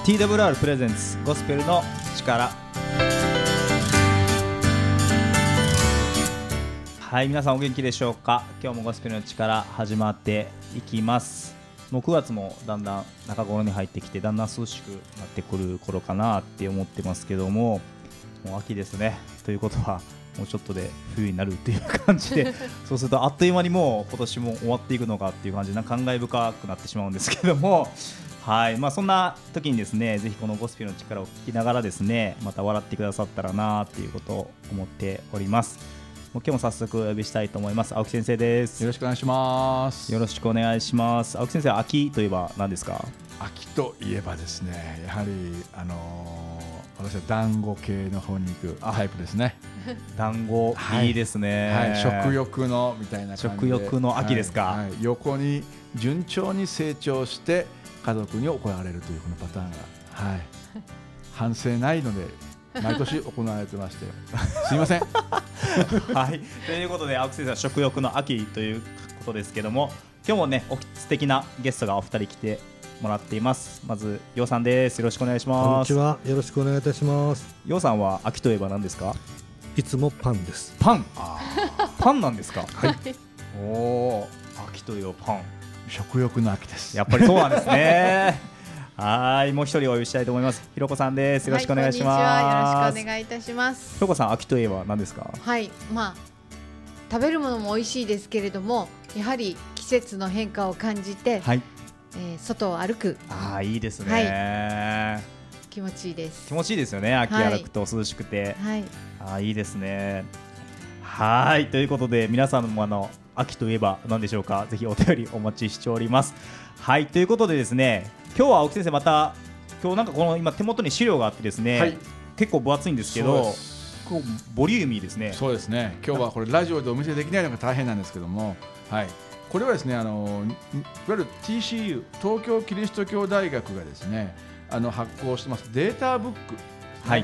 TWR プレゼンツゴスペルの力。はい、皆さんお元気でしょうか。今日もゴスペルの力始まっていきます。もう9月もだんだん中頃に入ってきて、だんだん涼しくなってくる頃かなって思ってますけども、もう秋ですね。ということはもうちょっとで冬になるっていう感じでそうするとあっという間にもう今年も終わっていくのかっていう感じで感慨深くなってしまうんですけども、はい、そんな時にですね、ぜひこのゴスペルの力を聞きながらですね、また笑ってくださったらなっていうことを思っております。もう今日も早速お呼びしたいと思います。青木先生です。 よろしくお願いします。 よろしくお願いします。青木先生、秋といえば何ですか？ 秋といえばですね、やはり私は団子系の方に行くタイプですね。 団子、いいですね、 はい、食欲のみたいな感じで、 食欲の秋ですか？ はいはい、横に順調に成長して家族に怒られるというこのパターンが、はい、反省ないので毎年行われてましてすいませんはい、ということで青木先生は食欲の秋ということですけども、今日もね素敵なゲストがお二人来てもらっています。まずようさんです。よろしくお願いします。 こんにちは、よろしくお願いいたします。 ようさんは秋といえば何ですか？ いつもパンです。 パン。パンなんですか？ はい。 おー、秋といえばパン。 食欲の秋です。 やっぱりそうなんですねはい、もう一人お呼びしたいと思います。ひろこさんです。よろしくお願いします。 はい、こんにちは。よろしくお願いいたします。 ひろこさん、秋といえば何ですか？ はい、食べるものも美味しいですけれども、やはり季節の変化を感じて、 はい、 外を歩く。 いいですね、 はい、気持ちいいです。 気持ちいいですよね、秋歩くと涼しくて、 はい、 いいですね。はい、ということで皆さんも秋といえば何でしょうか？ぜひお便りお待ちしております。はい、ということでですね、今日は青木先生、また今日なんかこの今手元に資料があってですね、はい、結構分厚いんですけど、こうボリューミーですね。 そうですね。今日はこれラジオでお見せできないのが大変なんですけども、はい、これはですね、いわゆる TCU 東京キリスト教大学がですね、発行してますデータブック、 はい、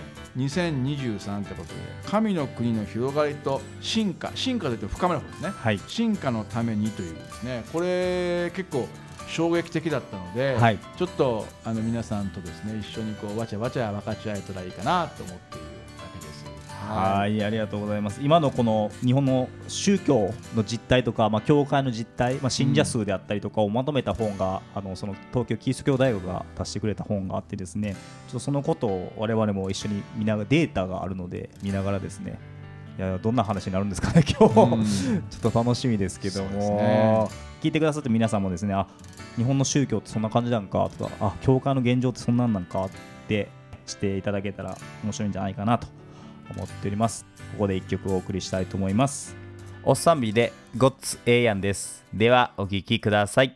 2023ってことで、神の国の広がりと進化といって深めの方ですね、はい、進化のためにというですね、これ結構衝撃的だったので、はい、ちょっと皆さんとですね一緒にこうわちゃわちゃ分かち合えたらいいかなと思っているわけです。 はい、ありがとうございます。今のこの日本の宗教の実態とか、教会の実態、信者数であったりとかをまとめた本が、その東京キリスト教大学が出してくれた本があってですね、ちょっとそのことを我々も一緒に見ながら、データがあるので見ながらですね、いやどんな話になるんですかね今日ちょっと楽しみですけども、聞いてくださって皆さんもですね、日本の宗教ってそんな感じなんかとか、教会の現状ってそんなんなんかってしていただけたら面白いんじゃないかなと思っております。ここで一曲お送りしたいと思います。おっさんびでゴッツエイヤンです。ではお聴きください。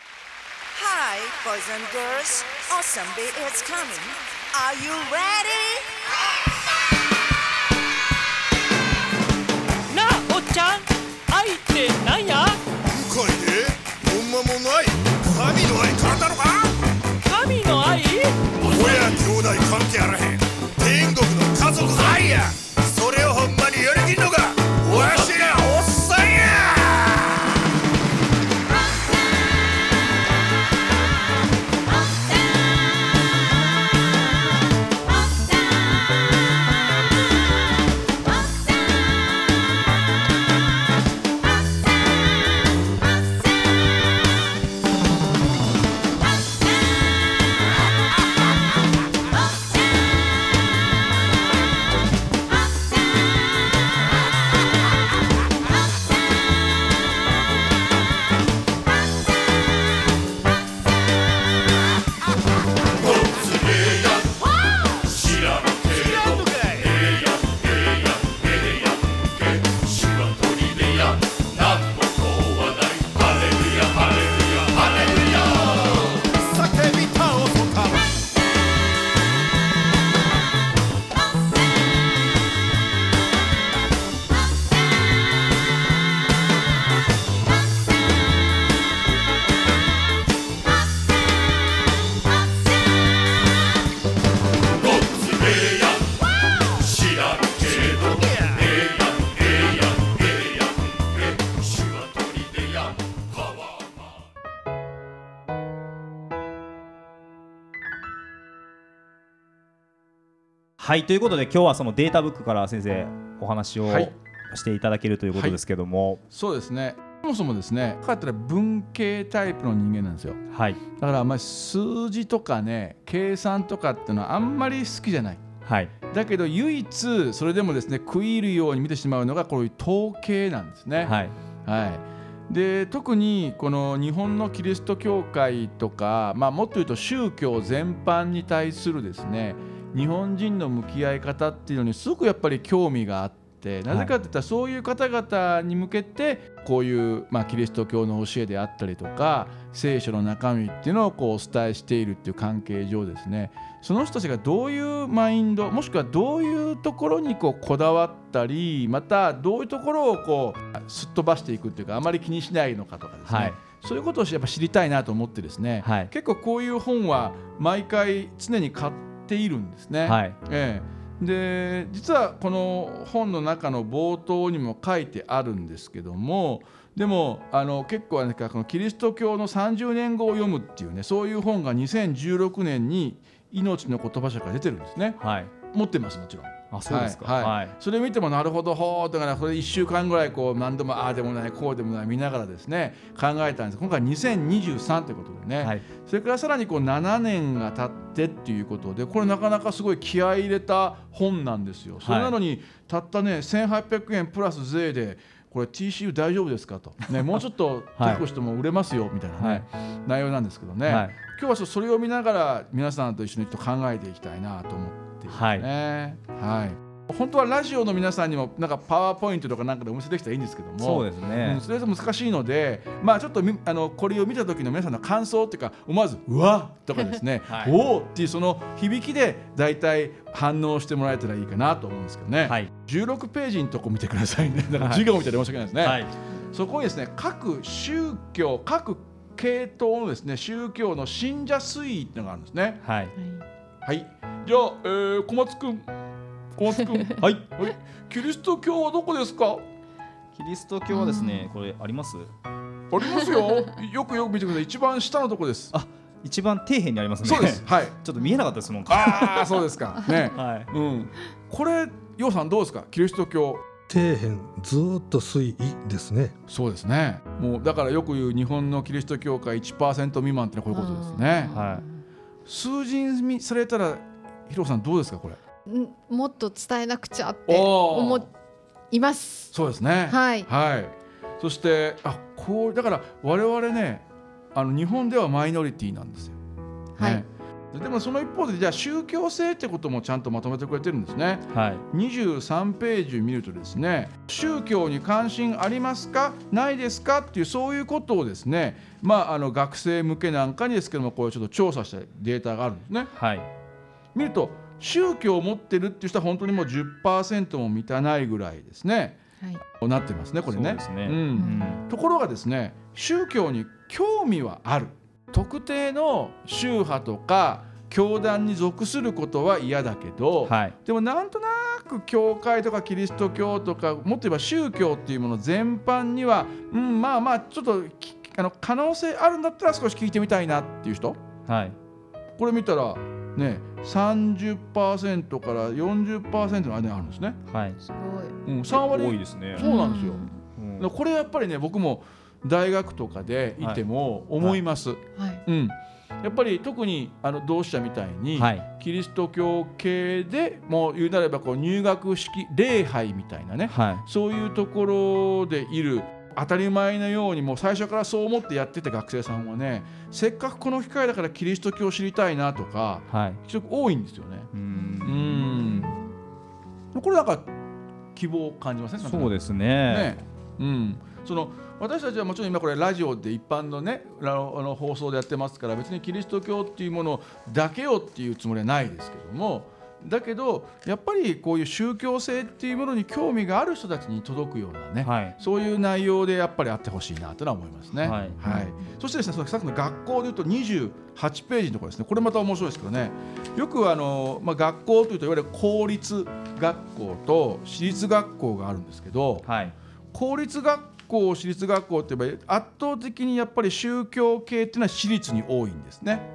Hi boys and girls, Awesome Bee is coming. Are you ready? なあおっちゃん、愛ってなんや？ 深いで、ほんまもない神の愛からだろか？ 神の愛？ 親兄弟関係あらへん天国の家族愛や。それをほんまにやりきんのがわしらおっさんや。 はい、ということで今日はそのデータブックから先生お話をしていただけるということですけども、 そうですね。そもそもですね、彼って文系タイプの人間なんですよ。 はい、 だから数字とかね、計算とかっていうのはあんまり好きじゃない。 はい、 だけど唯一それでもですね食い入るように見てしまうのがこういう統計なんですね。 はいはい、で特にこの日本のキリスト教会とか、もっと言うと宗教全般に対するですね日本人の向き合い方っていうのにすごくやっぱり興味があって、なぜかといったらそういう方々に向けてこういう、キリスト教の教えであったりとか聖書の中身っていうのをこうお伝えしているっていう関係上ですね、その人たちがどういうマインドもしくはどういうところにこだわったり、またどういうところをすっ飛ばしていくっていうかあまり気にしないのかとかですね、そういうことをやっぱ知りたいなと思ってですね、結構こういう本は毎回常に買っているんですね。で実はこの本の中の冒頭にも書いてあるんですけども、でも結構このキリスト教の30年後を読むっていうね、そういう本が2016年に命の言葉社から出てるんですね。持ってます、もちろん。 そうですか。 それ見てもなるほどだからこれ1週間ぐらい何度もああでもないこうでもない見ながらですね考えたんです。今回2023ということでね、それからさらに7年が経ってっていうことで、これなかなかすごい気合い入れた本なんですよ。それなのにたったね1800円プラス税でこれ TCU 大丈夫ですかと、もうちょっと高くしても売れますよみたいな内容なんですけどね、今日はそれを見ながら皆さんと一緒に考えていきたいなと思っていますね。本当はラジオの皆さんにもパワーポイントとかなんかでお見せできたらいいんですけども、 そうですね、 それは難しいので、ちょっとこれを見た時の皆さんの感想っていうか、思わずうわっとかですねおーっていうその響きでだいたい反応してもらえたらいいかなと思うんですけどね、16ページのとこ見てくださいね。だから授業みたいで申し訳ないですね。そこにですね各宗教各系統のですね宗教の信者推移っていうのがあるんですね。じゃあ、小松くんキリスト教はどこですか？ キリスト教はですね、これあります？ ありますよ。よく見てください。一番下のとこです。 一番底辺にありますね。 そうです。 ちょっと見えなかったですもん。 そうですか。ね。これ、ヨウさんどうですか？キリスト教。 底辺ずっと推移ですね。 そうですね。もうだからよく言う日本のキリスト教会 1% 未満ってこういうことですね。数字にされたらヒロさんどうですかこれ？ もっと伝えなくちゃって思います。 そうですね。そしてだから我々ね日本ではマイノリティなんですよ。でもその一方でじゃあ宗教性ってこともちゃんとまとめてくれてるんですね。23ページ見るとですね、宗教に関心ありますかないですかっていうそういうことをですね、学生向けなんかにですけどもこういうちょっと調査したデータがあるんですね。見ると宗教を持ってるっていう人は本当にもう 10% も満たないぐらいですね、なってますねこれね。ところがですね宗教に興味はある、特定の宗派とか教団に属することは嫌だけど、でもなんとなく教会とかキリスト教とかもっと言えば宗教っていうもの全般には、ちょっと可能性あるんだったら少し聞いてみたいなっていう人、これ見たらね 30% から 40% の間にあるんですね。 すごい。 3割多いですね。 そうなんですよ。これやっぱりね僕も大学とかでいても思います。やっぱり特に同志社みたいにキリスト教系でもう言うなれば入学式礼拝みたいなね、そういうところでいる当たり前のようにもう最初からそう思ってやってた学生さんはね、せっかくこの機会だからキリスト教を知りたいなとか、非常に多いんですよね。これなんか希望を感じませんか？ そうですね。 私たちはもちろん今これラジオで一般のね放送でやってますから別にキリスト教っていうものだけをっていうつもりはないですけども、だけどやっぱりこういう宗教性っていうものに興味がある人たちに届くようなね、そういう内容でやっぱりあってほしいなとは思いますね。そしてですねさっきの学校でいうと28ページのところですね、これまた面白いですけどね、よく学校というといわゆる公立学校と私立学校があるんですけど、公立学校私立学校って言えば圧倒的にやっぱり宗教系っていうのは私立に多いんですね。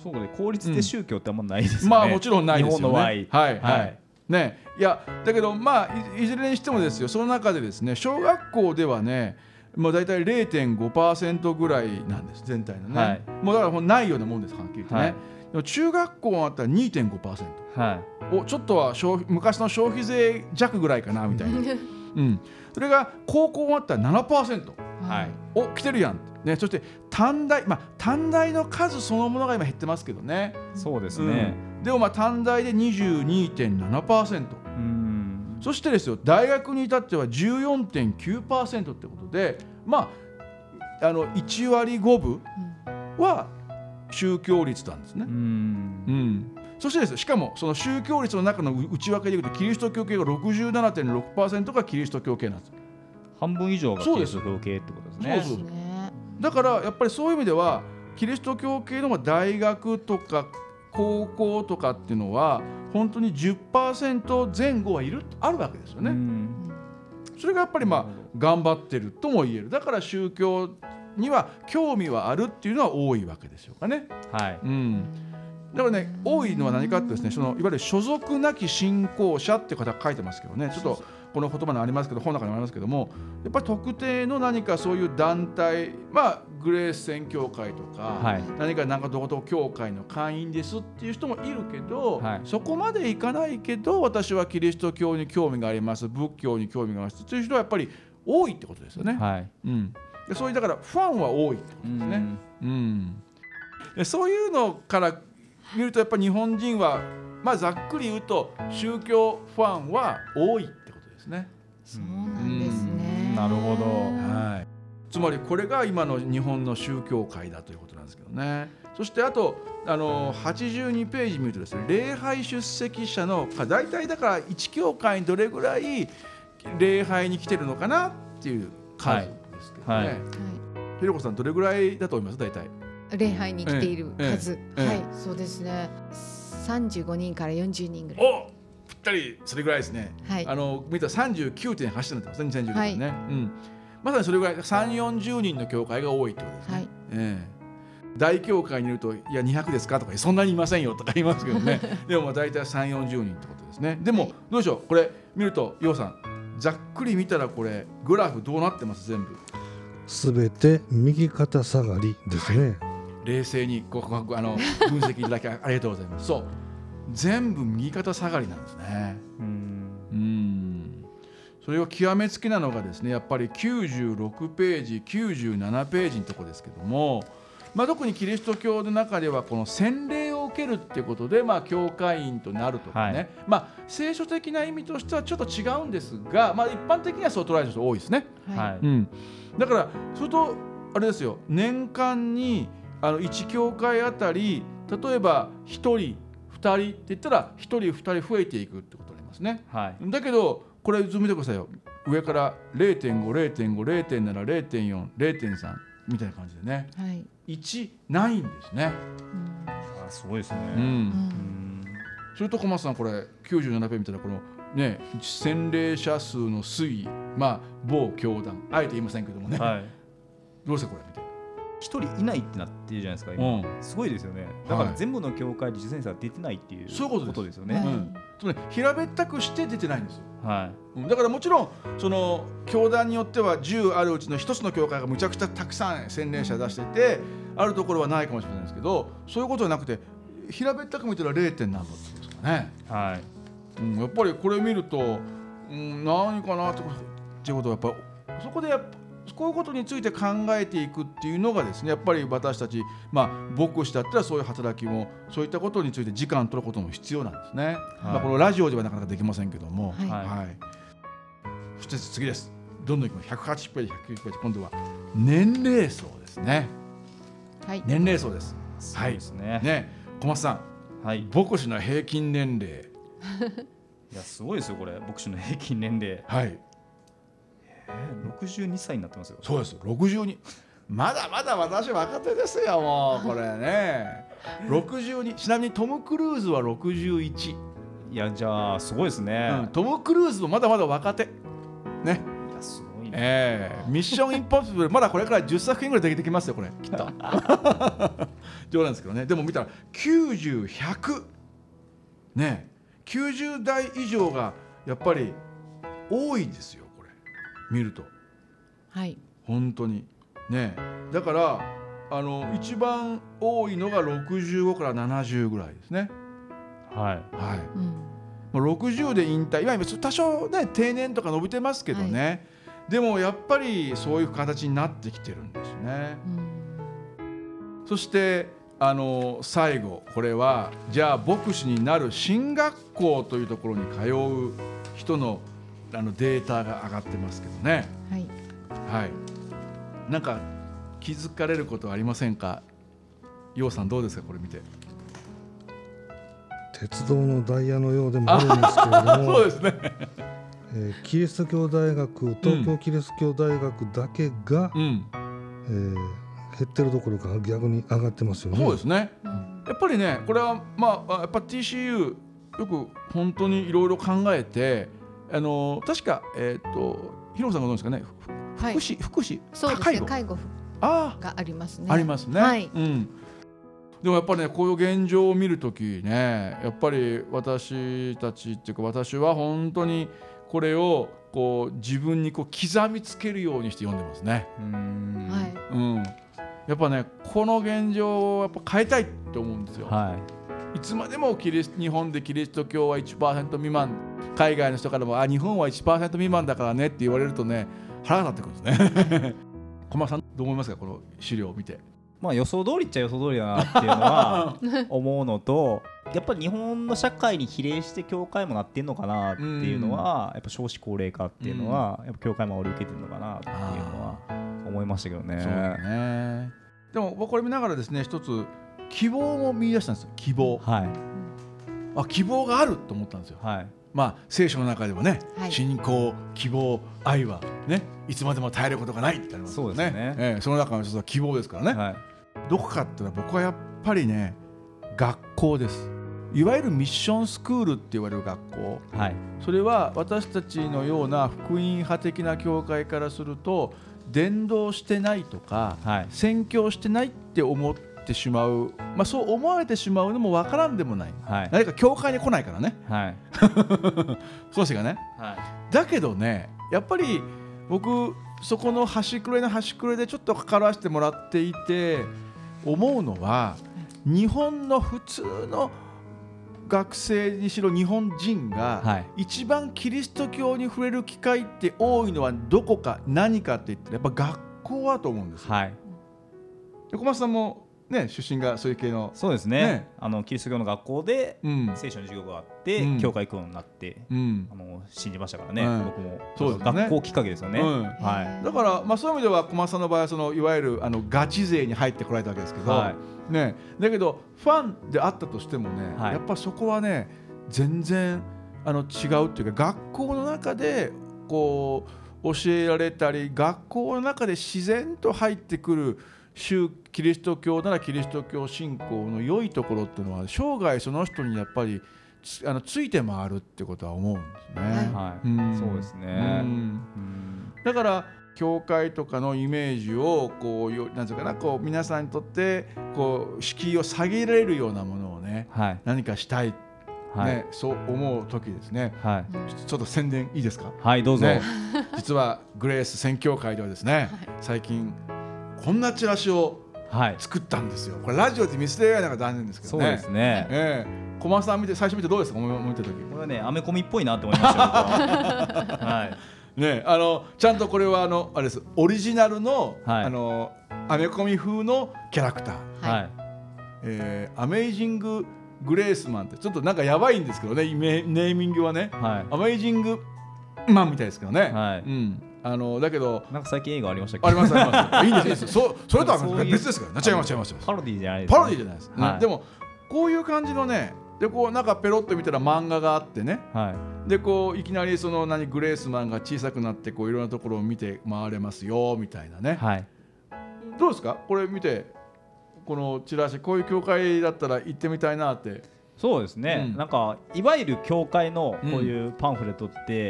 そうで公立で宗教ってあんまないですよね。 まあもちろんないですよね。 日本の場合、 はいはいね、いやだけどまあ いずれにしてもですよ、その中でですね小学校ではねもう大体 0.5% ぐらいなんです全体のね、はい、もうだからもうないようなもんですはっきり言ってね、はい、でも中学校あったら 2.5%、はい、おちょっとは昔の消費税弱ぐらいかなみたいな、うん、それが高校あったら 7%、はい、お来てるやん、ね、そして短大、短大の数そのものが今減ってますけどね。 そうですね、 でも短大で 22.7%、そしてですよ大学に至っては 14.9% ってことで、1割5分は宗教率なんですね。そしてですよしかもその宗教率の中の内訳でいうとキリスト教系が 67.6% がキリスト教系なんです。 半分以上がキリスト教系ってことですね。 そうだからやっぱりそういう意味ではキリスト教系の大学とか高校とかっていうのは本当に 10% 前後あるわけですよね。それがやっぱり頑張ってるとも言える。だから宗教には興味はあるっていうのは多いわけですよかね。はい、だからね多いのは何かってですね、いわゆる所属なき信仰者っていう方が書いてますけどね、ちょっとこの言葉にありますけど本の中にもありますけども、やっぱり特定の何かそういう団体、グレース宣教会とか、はい、何かどこと教会の会員ですっていう人もいるけど、はい、そこまでいかないけど私はキリスト教に興味があります、仏教に興味がありますという人はやっぱり多いってことですよね。はい、でそういうだからファンは多いってことですね。でそういうのから見るとやっぱり日本人はざっくり言うと宗教ファンは多いってことですね。 そうなんですね。 なるほど、 はい、つまりこれが今の日本の宗教界だということなんですけどね。そしてあと82ページ見るとですね、礼拝出席者の大体だから1教会にどれぐらい礼拝に来てるのかなっていう数ですけどね。はいはい、ひろこさんどれぐらいだと思います大体礼拝に来ている数、はい、そうですね、35人から40人ぐらい。 おぴったりそれぐらいですね。はい、見たら 39.8 になってますね、2019年ね。まさにそれぐらい 3,40 人の教会が多いってことですね。大教会にいるといや200ですかとかそんなにいませんよとか言いますけどねでも大体 3,40 人ってことですね。でもどうでしょうこれ見るとようさんざっくり見たらこれグラフどうなってます？全部すべて右肩下がりですね。 冷静に分析いただきありがとうございます。そう全部右肩下がりなんですね。それを極めつきなのがですねやっぱり96ページ97ページのところですけども、特にキリスト教の中ではこの洗礼を受けるっていうことで教会員となるとかね、聖書的な意味としてはちょっと違うんですが、一般的にはそう捉える人多いですね。だからそれとあれですよ、年間に1教会あたり例えば1人2人って言ったら1人2人増えていくってことになりますね。だけどこれ図見てくださいよ、上から 0.5、0.5、0.7、0.4、0.3 みたいな感じでね、1ないんですね。 すごいですね。 それと小松さんこれ97ページ見たらこのね洗礼者数の推移、某教団あえて言いませんけどもね、どうしてこれみたいな一人いないってなってるじゃないですか今、すごいですよね。だから全部の教会で受験生は出てないっていうことですよね。 平べったくして出てないんですよ。だからもちろんその教団によっては10あるうちの1つの教会がむちゃくちゃたくさん洗礼者出してて、あるところはないかもしれないですけど、そういうことじゃなくて平べったく見たら 0. 何ぼってことですかね。やっぱりこれ見ると、何かなっていうことはやっぱそこでこういうことについて考えていくっていうのがですねやっぱり私たち、牧師だったらそういう働きもそういったことについて時間取ることも必要なんですね。このラジオではなかなかできませんけども、そして次です。どんどんいきます。108ページ109ページ、今度は年齢層ですね。年齢層です。 そうですね。 小松さん、牧師の平均年齢いやすごいですよこれ、牧師の平均年齢。62歳になってますよ。 そうです、62。まだまだ私若手ですよもうこれね62。ちなみにトム・クルーズは61。 いやじゃあすごいですね。 トム・クルーズもまだまだ若手ね。 いやすごいね。 ミッション・インポッシブルまだこれから10作品ぐらいできてきますよこれきっと冗談ですけどね。でも見たら90、100ね、90代以上がやっぱり多いんですよ、これ見ると。 はい本当にね。だから一番多いのが65から70ぐらいですね。 はい、 はい、もう60で引退、今多少ね定年とか伸びてますけどね、はい、でもやっぱりそういう形になってきてるんですね。そして最後これはじゃあ牧師になる進学校というところに通う人のデータが上がってますけどね。はい、はい、なんか気づかれることはありませんか。陽さんどうですか、これ見て。 鉄道のダイヤのようでもあるんですけれどもそうですね、 キリスト教大学、東京キリスト教大学だけが、減ってるどころか逆に上がってますよね。 そうですね、やっぱりねこれはやっぱ TCU よく本当にいろいろ考えて確かヒロさんがどうですかね、福祉そうですね、介護がありますね。 ありますね、はい、でもやっぱりねこういう現状を見るときね、やっぱり私たちっていうか私は本当にこれをこう自分にこう刻みつけるようにして読んでますね。やっぱねこの現状をやっぱ変えたいって思うんですよ。いつまでも日本でキリスト教は 1% 未満、海外の人からも日本は 1% 未満だからねって言われるとね腹が立ってくるんですね。小松さんどう思いますか、この資料を見て。 予想通りっちゃ予想通りだなっていうのは思うのと、やっぱり日本の社会に比例して教会もなってんのかなっていうのは、やっぱ少子高齢化っていうのは、やっぱ教会も受けてるのかなっていうのは思いましたけどね。 そうだね。でも僕これ見ながらですね、一つ希望も見出したんですよ。希望、希望があると思ったんですよ。聖書の中でもね、信仰、希望、愛はね、いつまでも絶えることがないってありますよね。そうですね。その中の一つは希望ですからね。どこかっていうのは僕はやっぱりね、学校です。いわゆるミッションスクールって言われる学校、それは私たちのような福音派的な教会からすると伝道してないとか、宣教してないって思ってしまう、そう思われてしまうのも分からんでもない、何か教会に来ないからね、少しがね、だけどね、やっぱり僕そこの端くれの端くれでちょっと関わらせてもらっていて思うのは、日本の普通の学生にしろ日本人が一番キリスト教に触れる機会って多いのはどこか何かって言ったらやっぱ学校だと思うんですよ。小松さんもね、出身がそういう系の。 そうですね、キリスト教の学校で聖書の授業があって、教会行くようになって、信じましたからね、僕も。そうですね、学校きっかけですよね。 だから、そういう意味では小松さんの場合はいわゆるガチ勢に入ってこられたわけですけど、だけどファンであったとしてもね、やっぱそこはね全然違うっていうか、学校の中でこう教えられたり、学校の中で自然と入ってくるキリスト教ならキリスト教信仰の良いところっていうのは生涯その人にやっぱりついて回るってことは思うんですね。 そうですね。 だから教会とかのイメージをこうなんていうかな、こう皆さんにとってこう敷居を下げられるようなものをね、何かしたい、そう思う時ですね、ちょっと宣伝いいですか。 どうぞ。 実はグレース宣教会ではですね、最近こんなチラシを作ったんですよ。これラジオで見せてないのが残念ですけどね。 そうですね。 小松さん最初見てどうですか、思った時。 これはね、アメコミっぽいなって思いましたよ。 ね、ちゃんとこれはあれです、オリジナルの、アメコミ風のキャラクター、アメイジンググレースマンってちょっとなんかやばいんですけどね、ネーミングはね、アメイジングマンみたいですけどね、だけどなんか最近映画ありましたっけ。 ありますいいんです。それとは別ですから。違います。 パロディじゃないです。 パロディじゃないです。でもこういう感じのね、でこうなんかペロッと見たら漫画があってね、でこういきなりそのグレースマンが小さくなってこういろんなところを見て回れますよみたいなね。どうですか、これ見て、このチラシ、こういう教会だったら行ってみたいなって。 そうですね、なんかいわゆる教会のこういうパンフレットって、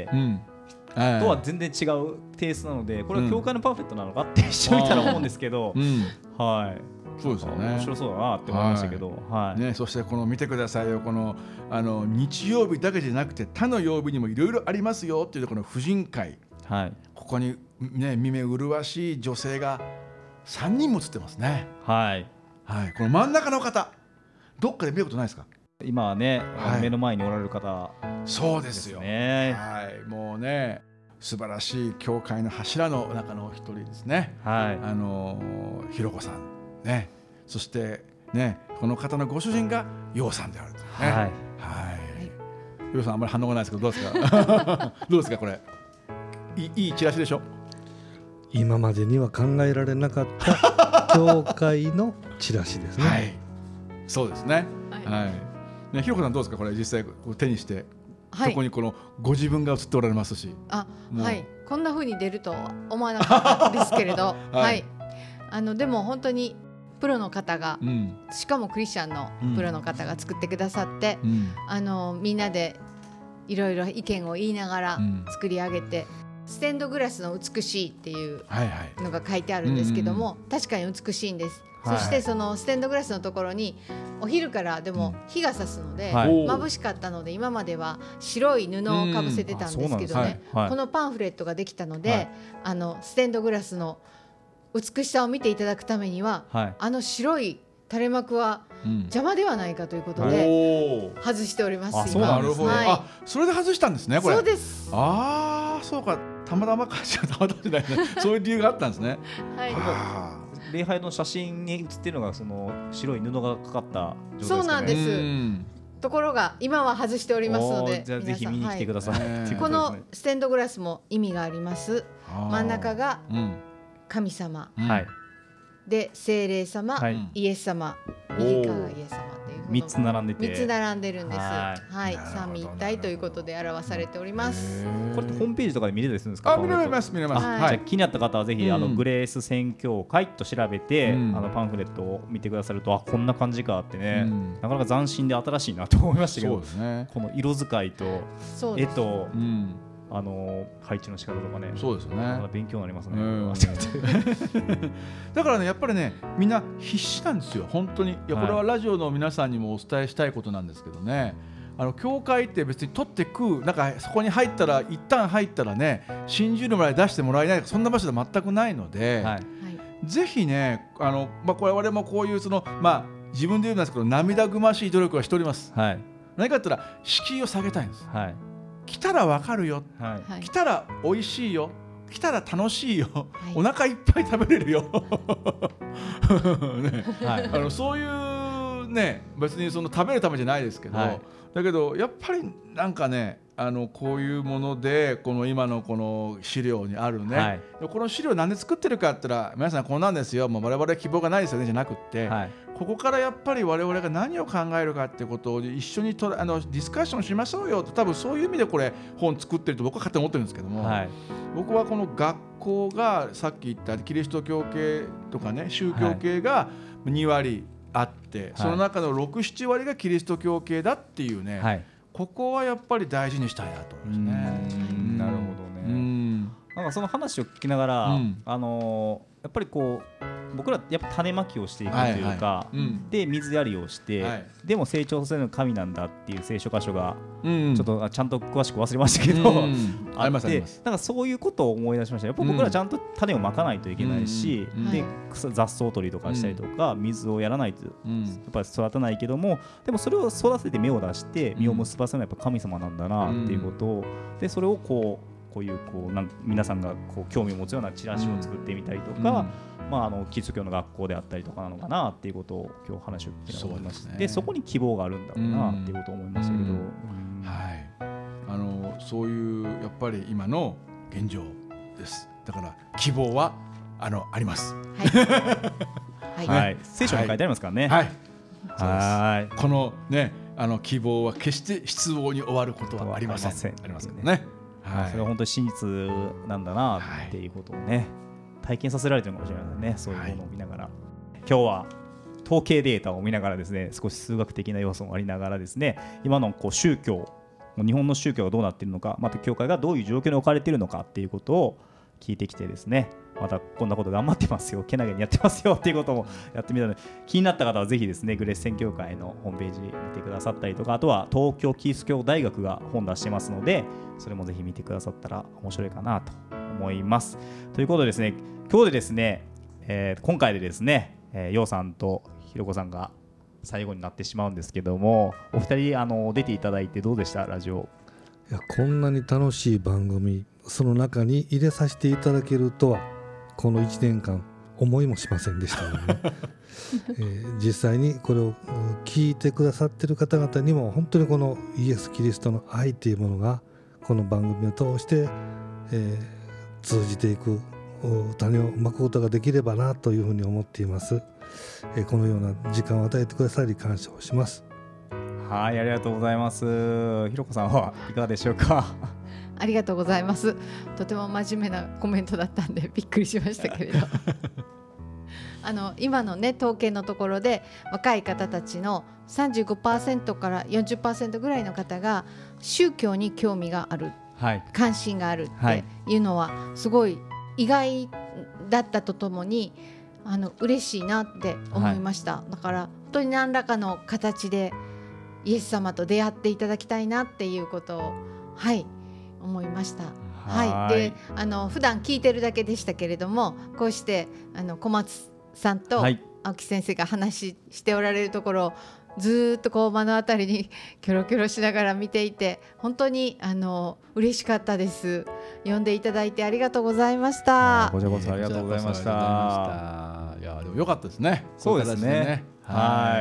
とは全然違うテイストなので、これは教会のパンフレットなのかって一緒見たら思うんですけど、 そうですよね。 面白そうだなって思いましたけど、はいね、そしてこの見てくださいよ、この日曜日だけじゃなくて他の曜日にもいろいろありますよっていうこの婦人会、 はい、 ここにね見目麗しい女性が3人も映ってますね。 はい、 はい、この真ん中の方どっかで見ることないですか？ 今はね、 はい、 目の前におられる方、 そうですよ、 ね、 はい、もうね素晴らしい教会の柱の中の一人ですね、はい、ひろこさんね、そしてねこの方のご主人がようさんであるとね、はいはい、ようさんあんまり反応がないですけどどうですかどうですかこれいいチラシでしょ？ 今までには考えられなかった教会のチラシですね。 はい、そうですね。はい。ね、ひろこさんどうですかこれ実際手にして、はい、そこにこのご自分が映っておられますし、 はい、こんな風に出ると思わなかったですけれど、はい、でも本当にプロの方が、しかもクリスチャンのプロの方が作ってくださって、みんなでいろいろ意見を言いながら作り上げて、ステンドグラスの美しいっていうのが書いてあるんですけども、確かに美しいんです。そしてそのステンドグラスのところにお昼からでも日が差すので眩しかったので、今までは白い布をかぶせてたんですけどね、このパンフレットができたので、ステンドグラスの美しさを見ていただくためには、白い垂れ幕は邪魔ではないかということで外しております。 なるほど、それで外したんですねこれ。 そうです。 そうか、たまたまかしらたまたまじゃないそういう理由があったんですね。 はい、礼拝の写真に写っているのがその白い布がかかった状態ですかね。 そうなんです。ところが今は外しておりますので、 じゃあぜひ見に来てください。 このステンドグラスも意味があります。真ん中が神様、で聖霊様、イエス様、右側がイエス様っていう 3つ並んでて、 3つ並んでるんです。はい、三位一体ということで表されております。 これってホームページとかで見れたりするんですか？ 見れます。じゃあ気になった方はぜひグレース宣教会と調べてパンフレットを見てくださると、こんな感じかってね、なかなか斬新で新しいなと思いましたけど、この色使いと絵と配置の仕方とかね、 そうですよね。 勉強になりますね。 だからね、やっぱりね、みんな必死なんですよ本当に。いや、これはラジオの皆さんにもお伝えしたいことなんですけどね、教会って別に取って食う、なんかそこに入ったら一旦入ったらね、信じるまで出してもらえない、そんな場所で全くないので、ぜひね、これ我々もこういう自分で言うんですけど、涙ぐましい努力はしております。何かって言ったら敷居を下げたいんです。来たら分かるよ、来たら美味しいよ、来たら楽しいよ、お腹いっぱい食べれるよそういうね、別にその食べるためじゃないですけど、だけどやっぱりなんかね、こういうものでこの今のこの資料にあるね、この資料なんで作ってるかって言ったら、皆さんこんなんですよ、もう我々は希望がないですよねじゃなくって、ここからやっぱり我々が何を考えるかっていうことを一緒にディスカッションしましょうよと、多分そういう意味でこれ本作ってると僕は勝手に思ってるんですけども、僕はこの学校がさっき言ったキリスト教系とかね、宗教系が2割あって、その中の 6,7 割がキリスト教系だっていうね、ここはやっぱり大事にしたいなと思いますね。 なるほどね。なんかその話を聞きながら、やっぱりこう僕らやっぱ種まきをしていくというか、で水やりをして、でも成長させるのが神なんだっていう聖書箇所がちょっとちゃんと詳しく忘れましたけど、あって、なんかそういうことを思い出しました。やっぱ僕らちゃんと種をまかないといけないし、で雑草取りとかしたりとか、水をやらないとやっぱり育たないけども、でもそれを育てて芽を出して実を結ばせるのはやっぱ神様なんだなっていうことを、でそれをこういう皆さんが興味を持つようなチラシを作ってみたりとか、キリスト教の学校であったりとかなのかなっていうことを今日話を聞いて思いました。でそこに希望があるんだろうなっていうことを思いましたけど、 そういうやっぱり今の現状です。だから希望はあります。 聖書に書いてありますからね。 このね、希望は決して失望に終わることはありません。ありますからね。 それは本当に真実なんだなっていうことをね、体験させられてるのかもしれないね。そういうものを見ながら、今日は統計データを見ながらですね、少し数学的な要素もありながらですね、今の宗教、日本の宗教がどうなっているのか、また教会がどういう状況に置かれているのかっていうことを聞いてきてですね、 またこんなこと頑張ってますよ、けなげにやってますよっていうこともやってみたので、気になった方はぜひですねグレッセン協会のホームページ見てくださったりとか、あとは東京キリスト教大学が本出してますので、それもぜひ見てくださったら面白いかなと思います。ということでですね、今日でですね、今回でですね、ようさんとひろこさんが最後になってしまうんですけども、お二人出ていただいてどうでした？ラジオ。 いや、こんなに楽しい番組、その中に入れさせていただけるとはこの1年間思いもしませんでしたので、ね実際にこれを聞いてくださっている方々にも本当にこのイエス・キリストの愛というものがこの番組を通して、通じていく種をまくことができればなというふうに思っています。このような時間を与えてくださり感謝をします。 はい、ありがとうございます。ひろこさんはいかがでしょうか？ ありがとうございます。とても真面目なコメントだったんでびっくりしましたけれど今のね統計のところで若い方たちの 35% から 40% ぐらいの方が宗教に興味がある、はい、関心があるっていうのはすごい意外だったとともに嬉しいなって思いました、はい、だから本当に何らかの形でイエス様と出会っていただきたいなっていうことを、はい、思いました。はい、で普段聞いてるだけでしたけれども、こうして小松さんと青木先生が話しておられるところをずっとこう目の当たりにキョロキョロしながら見ていて、本当に嬉しかったです。呼んでいただいてありがとうございました。 こちらこそありがとうございました。 いやでも良かったですね。 そうですね。はい。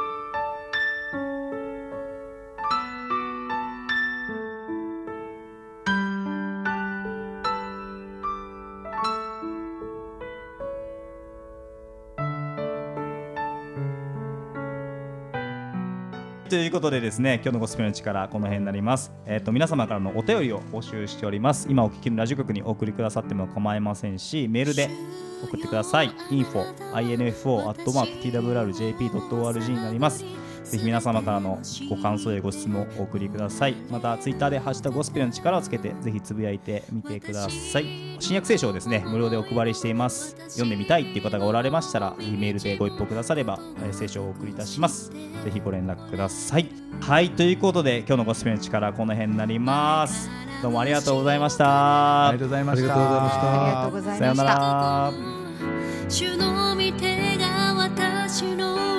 ということでですね、今日のゴスペルの力この辺になります。皆様からのお便りを募集しております。今お聞きのラジオ局にお送りくださっても構いませんし、メールで送ってください。info@twrjp.org になります。ぜひ皆様からのご感想やご質問をお送りください。またツイッターでハッシュタグゴスペルの力をつけてぜひつぶやいてみてください。新約聖書をですね無料でお配りしています。読んでみたいっていう方がおられましたら、ぜひメールでご一報くだされば聖書をお送りいたします。ぜひご連絡ください。はい、ということで今日のゴスペルの力この辺になります。どうもありがとうございました。 ありがとうございました。 さようなら。 主の御手が私の